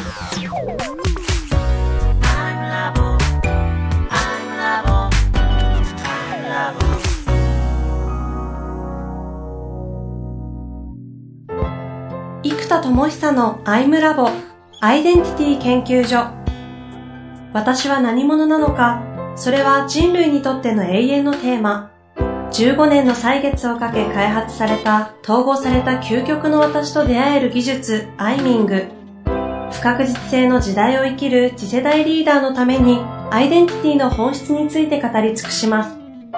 生田智久のアイムラボアイデンティティ研究所。私は何者なのか、それは人類にとっての永遠のテーマ。15年の歳月をかけ開発された統合された究極の私と出会える技術アイミング。不確実性の時代を生きる次世代リーダーのためにアイデンティティの本質について語り尽くします。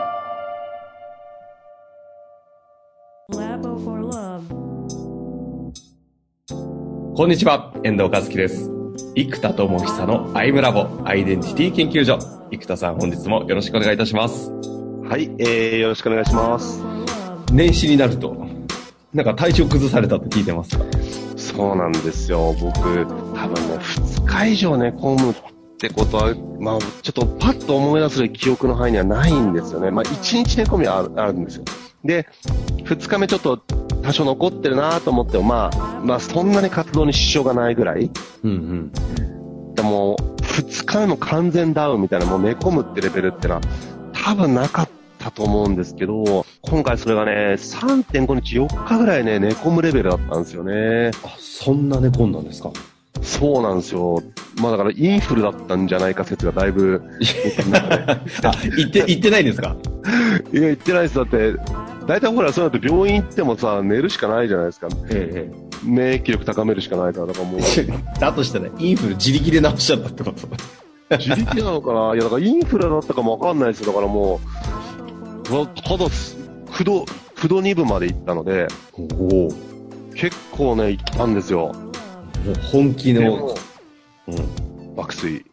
こんにちは、遠藤和樹です。生田智久のアイムラボアイデンティティ研究所。生田さん、本日もよろしくお願いいたします。 はい、よろしくお願いします。 年始になるとなんか体調崩されたと聞いてますか？ そうなんですよ。僕多分ね2日以上寝込むってことはちょっとパッと思い出す記憶の範囲にはないんですよね。1日寝込みはあるんですよ。で2日目ちょっと多少残ってるなと思ってもそんなに活動に支障がないぐらい、でも2日目の完全ダウンみたいな、もう寝込むってレベルってのは多分なかったと思うんですけど、今回それがね 3.5 日4日ぐらいね寝込むレベルだったんですよね。 あ、そんな寝込んだんですか？ そうなんですよ。だからインフルだったんじゃないか説がだいぶ言ってないんですか？ いや言ってないです。だって大体ほらそうやって病院行ってもさ寝るしかないじゃないですか。免疫力高めるしかないから。だからもうだとしたらインフル自力で治しちゃったってこと？ 自力なのかな。いやだからインフルだったかもわかんないですよ。だからもうただ不動2部まで行ったので結構ね行ったんですよ。もう本気の爆睡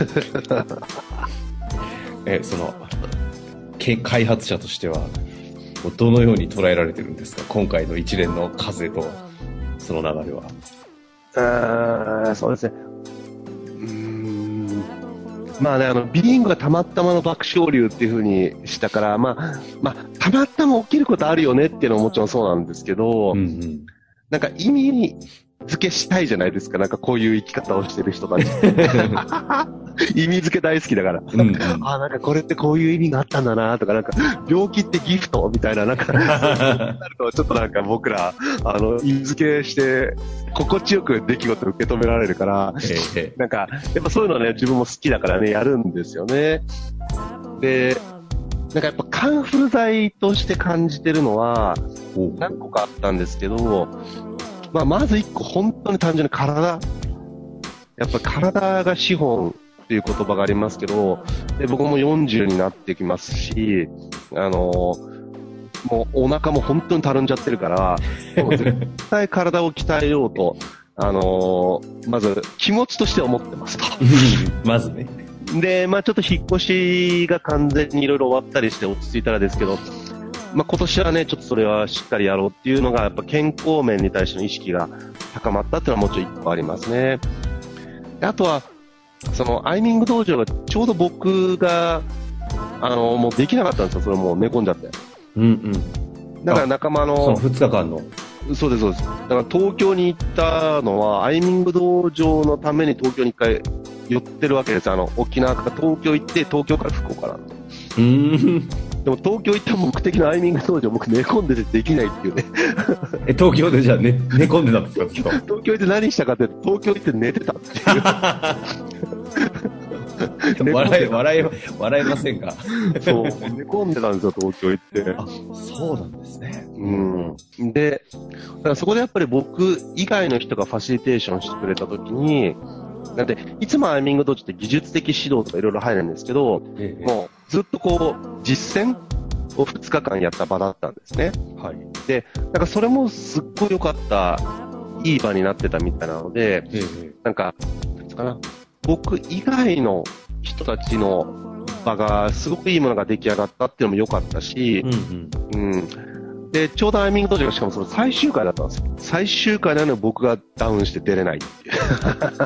その開発者としてはどのように捉えられてるんですか？今回の一連の風とその流れは。 そうですね。ビリングがたまったまの爆笑流っていう風にしたから、たまったま起きることあるよねっていうのはもちろんそうなんですけど、なんか意味付けしたいじゃないですか。なんかこういう生き方をしてる人たち。意味付け大好きだから。なんかこれってこういう意味があったんだなとか、なんか病気ってギフトみたいな、なんか、なるとちょっとなんか僕ら、意味付けして、心地よく出来事を受け止められるから、なんか、やっぱそういうのはね、自分も好きだからね、やるんですよね。で、なんかやっぱカンフル剤として感じてるのは、何個かあったんですけど、まず一個本当に単純にやっぱ体が資本っていう言葉がありますけど、で僕も40になってきますし、もうお腹も本当にたるんじゃってるから、もう絶対体を鍛えようと、まず気持ちとして思ってますと。 まずね。 で、ちょっと引っ越しが完全にいろいろ終わったりして落ち着いたらですけど、今年はね、ちょっとそれはしっかりやろうっていうのが、やっぱ健康面に対しての意識が高まったっていうのはもちろん一個ありますね。であとは、そのアイミング道場がちょうど僕が、もうできなかったんですよ。それもう寝込んじゃって。だから仲間の、 その2日間の。 そうです、そうです。だから東京に行ったのは、アイミング道場のために東京に一回寄ってるわけです。沖縄から東京行って、東京から福岡なんで。でも東京行った目的のアイミング道場僕寝込んでてできないっていうね。 東京でじゃあ寝込んでたんですか？ 東京行って何したかって、東京行って寝てたっていう。 笑えませんか？ そう、寝込んでたんですよ、東京行って。 あ、そうなんですね。 で、だからそこでやっぱり僕以外の人がファシリテーションしてくれたときに、なんで、いつもアイミング道場って技術的指導とかいろいろ入るんですけど、もうずっとこう、実践を2日間やった場だったんですね。で、なんかそれもすっごい良かった、いい場になってたみたいなので、なんか、なんつうかな、僕以外の人たちの場がすごくいいものが出来上がったっていうのも良かったし、で、ちょうどアイミング道場がしかもその最終回だったんですよ。最終回なのに僕がダウンして出れないっていう。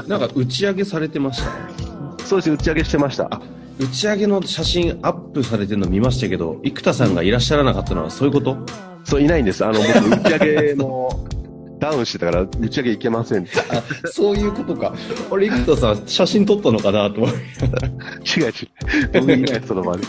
なんか打ち上げされてましたね。 そうです、打ち上げしてました。 打ち上げの写真アップされてるの見ましたけど、生田さんがいらっしゃらなかったのはそういうこと？ そう、いないんです。僕、打ち上げのダウンしてたから打ち上げ行けませんって。 そういうことか。俺、生田さん、写真撮ったのかなと思う。 違う。僕いない、その場で。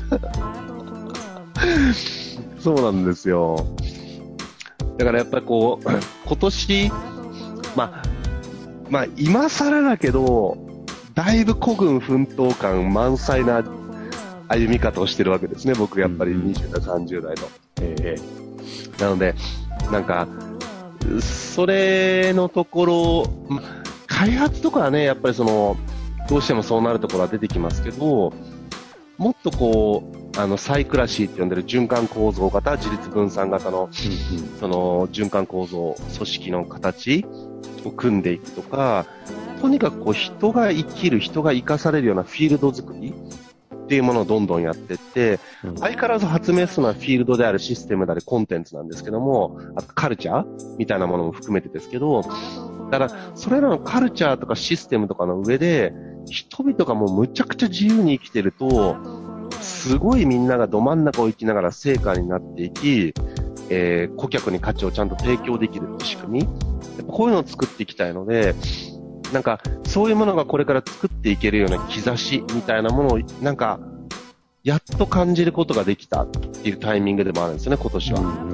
そうなんですよ。だからやっぱりこう、今年、まあ、今更だけど、だいぶ孤軍奮闘感満載な歩み方をしてるわけですね、僕やっぱり20代、30代の。なので、なんか、それのところ、開発とかはね、やっぱりどうしてもそうなるところは出てきますけど、もっとこう、サイクラシーって呼んでる循環構造型、自立分散型の、循環構造、組織の形を組んでいくとか、とにかくこう人が生きる、人が生かされるようなフィールド作りっていうものをどんどんやっていって、相変わらず発明するのはフィールドであるシステムであるコンテンツなんですけども、あとカルチャーみたいなものも含めてですけど、だからそれらのカルチャーとかシステムとかの上で、人々がもうむちゃくちゃ自由に生きてると、すごいみんながど真ん中を生きながら成果になっていき、顧客に価値をちゃんと提供できるって仕組み、やっぱこういうのを作っていきたいので、なんかそういうものがこれから作っていけるような兆しみたいなものをなんかやっと感じることができたっていうタイミングでもあるんですよね、今年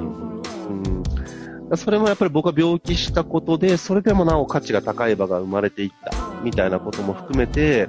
は。それもやっぱり僕が病気したことで、それでもなお価値が高い場が生まれていったみたいなことも含めて、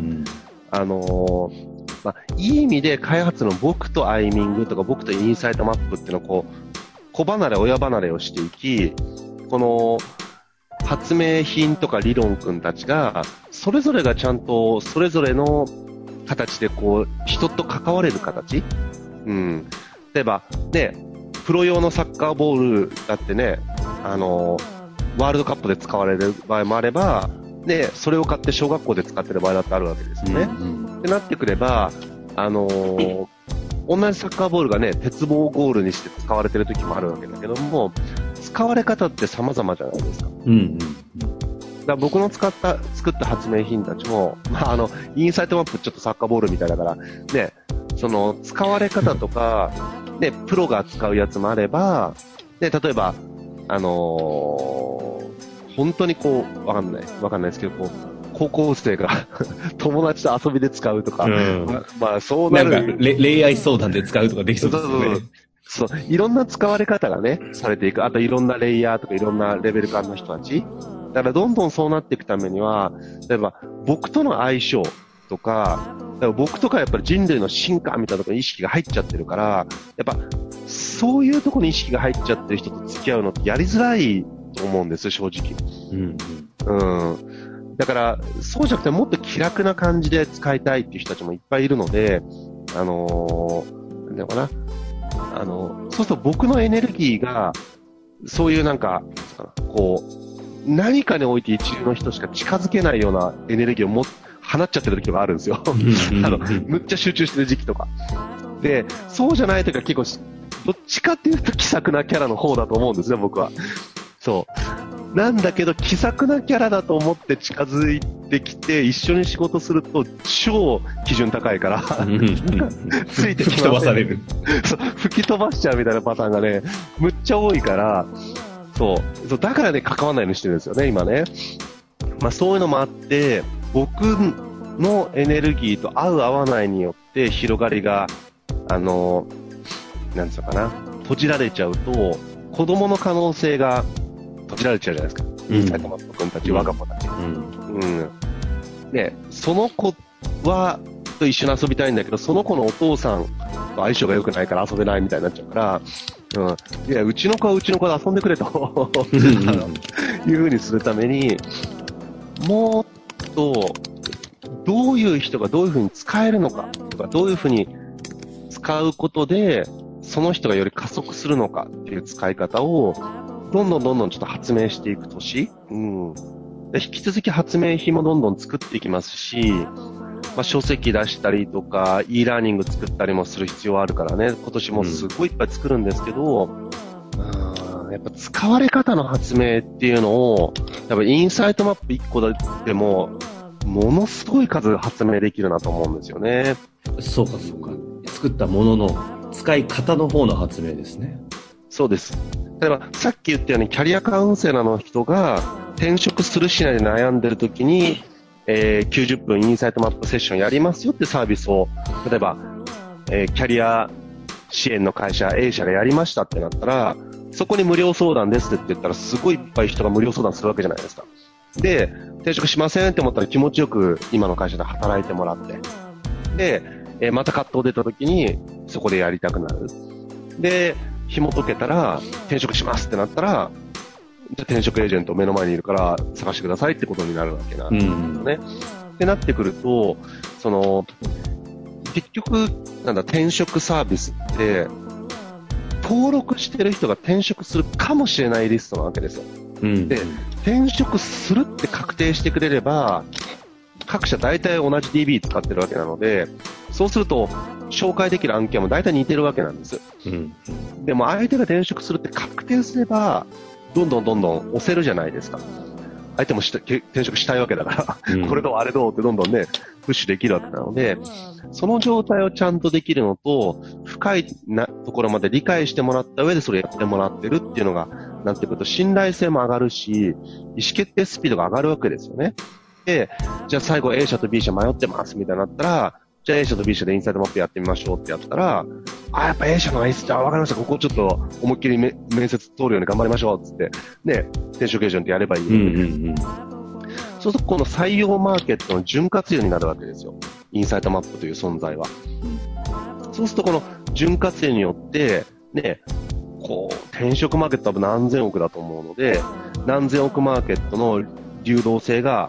いい意味で開発の僕とアイミングとか僕とインサイトマップっていうのをこう子離れ親離れをしていき、この発明品とか理論君たちがそれぞれがちゃんとそれぞれの形でこう人と関われる形、例えばね、プロ用のサッカーボールだってね、ワールドカップで使われる場合もあれば、でそれを買って小学校で使ってる場合だってあるわけですよね。ってなってくれば、同じサッカーボールがね、鉄棒ゴールにして使われてる時もあるわけだけども、使われ方って様々じゃないですか。だから僕の作った発明品たちも、インサイトマップちょっとサッカーボールみたいだから、ね、その使われ方とか、ね、プロが使うやつもあれば、で例えば、本当にこう、わかんないですけど、こう、高校生が友達と遊びで使うとか、そうなる。 なんか恋愛相談で使うとかできそうですよね。 そう、いろんな使われ方がね、されていく。あといろんなレイヤーとかいろんなレベル感の人たち。だからどんどんそうなっていくためには、例えば僕との相性とか、だから僕とかやっぱり人類の進化みたいなところに意識が入っちゃってるから、やっぱそういうところに意識が入っちゃってる人と付き合うのってやりづらいと思うんですよ、正直。だから、そうじゃなくてもっと気楽な感じで使いたいっていう人たちもいっぱいいるので、なんだろうかな。そうすると僕のエネルギーが、そういうなんか、こう、何かにおいて一流の人しか近づけないようなエネルギーを放っちゃってる時があるんですよ。むっちゃ集中してる時期とか。で、そうじゃない時は結構、どっちかっていうと気さくなキャラの方だと思うんですね、僕は。そう。なんだけど、気さくなキャラだと思って近づいてきて、一緒に仕事すると、超基準高いから、ついてきません。 吹き飛ばされる。 そう、吹き飛ばしちゃうみたいなパターンがね、むっちゃ多いから、そう、だからね、関わらないようにしてるんですよね、今ね。そういうのもあって、僕のエネルギーと合う合わないによって広がりが、なんつうのかな、閉じられちゃうと、子供の可能性が閉じられちゃうじゃないですか。インサイトマップ君たち、我が子たち。で、その子と一緒に遊びたいんだけど、その子のお父さんと相性が良くないから遊べないみたいになっちゃうから、いや、うちの子はうちの子で遊んでくれという風にするために、もっと、どういう人がどういう風に使えるのかとか、どういう風に使うことで、その人がより加速するのかっていう使い方を、どんどんちょっと発明していく年。で引き続き発明品もどんどん作っていきますし、書籍出したりとか、e ラーニング作ったりもする必要はあるからね、今年もすごいいっぱい作るんですけど、やっぱ使われ方の発明っていうのを、やっぱインサイトマップ1個でも、ものすごい数発明できるなと思うんですよね。 そうか。作ったものの使い方の方の発明ですね。 そうです。例えば、さっき言ったようにキャリアカウンセラーの人が転職するしないで悩んでるときに、90分インサイトマップセッションやりますよってサービスを、例えば、キャリア支援の会社 A 社がやりましたってなったら、そこに無料相談ですって言ったらすごいいっぱい人が無料相談するわけじゃないですか。で、転職しませんって思ったら気持ちよく今の会社で働いてもらって、で、また葛藤出た時にそこでやりたくなる。で、紐解けたら転職しますってなったら、じゃあ転職エージェント目の前にいるから探してくださいってことになるわけなんですよね。ってなってくると、結局、転職サービスって、登録してる人が転職するかもしれないリストなわけですよ。で、転職するって確定してくれれば、各社大体同じ DB 使ってるわけなので、そうすると、紹介できる案件も大体似てるわけなんです。でも相手が転職するって確定すれば、どんどん押せるじゃないですか。相手も転職したいわけだから、これどうあれどうってどんどんね、プッシュできるわけなので、その状態をちゃんとできるのと、深いところまで理解してもらった上でそれやってもらってるっていうのが、なんていうと信頼性も上がるし、意思決定スピードが上がるわけですよね。で、じゃあ最後 A 社と B 社迷ってますみたいになったら、じゃあ A 社と B 社でインサイトマップやってみましょうってやったら、やっぱ A 社の方がいいっす。じゃあ分かりました。ここちょっと思いっきり面接通るように頑張りましょうっつって、ね、転職エージェントやればいいわけで。そうするとこの採用マーケットの潤滑油になるわけですよ。インサイトマップという存在は。そうするとこの潤滑油によって、ね、転職マーケットは何千億だと思うので、何千億マーケットの流動性が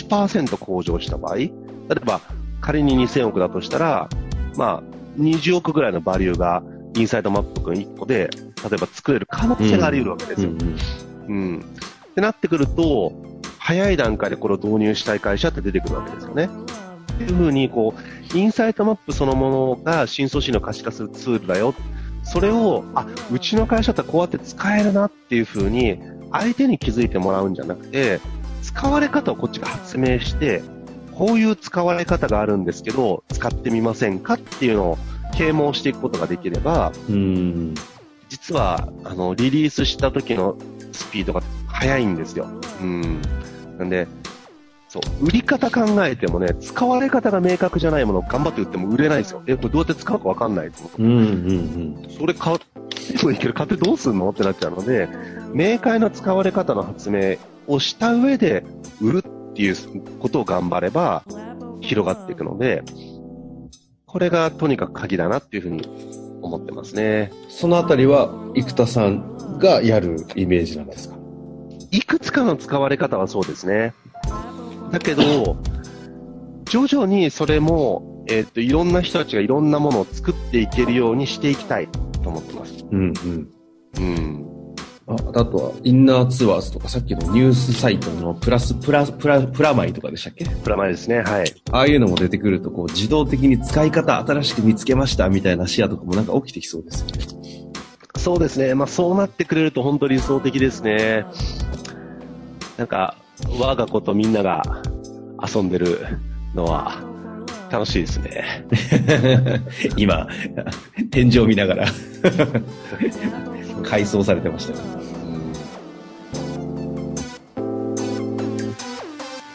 1% 向上した場合、例えば仮に2000億だとしたら、20億ぐらいのバリューがインサイトマップ君1個で、例えば作れる可能性があり得るわけですよ。ってなってくると、早い段階でこれを導入したい会社って出てくるわけですよね。っていうふうに、インサイトマップそのものが深層心理を可視化するツールだよ。それを、うちの会社だったらこうやって使えるなっていうふうに、相手に気づいてもらうんじゃなくて、使われ方をこっちが発明して、こういう使われ方があるんですけど、使ってみませんかっていうのを啓蒙していくことができれば、実は、リリースした時のスピードが速いんですよ。なんで、売り方考えてもね、使われ方が明確じゃないものを頑張って売っても売れないですよ。これどうやって使うか分かんないと思う。それ買ってもいいけど、買ってどうすんのってなっちゃうので、明快な使われ方の発明をした上で売るっていうことを頑張れば広がっていくので、これがとにかく鍵だなっていうふうに思ってますね。 そのあたりは生田さんがやるイメージなんですか？ いくつかの使われ方はそうですね。だけど、徐々にそれも、いろんな人たちがいろんなものを作っていけるようにしていきたいと思ってます。 あとは、インナーツアーズとか、さっきのニュースサイトのプラマイとかでしたっけ？ プラマイですね、はい。 ああいうのも出てくると、自動的に使い方新しく見つけましたみたいな視野とかもなんか起きてきそうですよね。 そうですね。そうなってくれると本当理想的ですね。なんか、我が子とみんなが遊んでるのは楽しいですね。 今、天井見ながら改装されてましたね。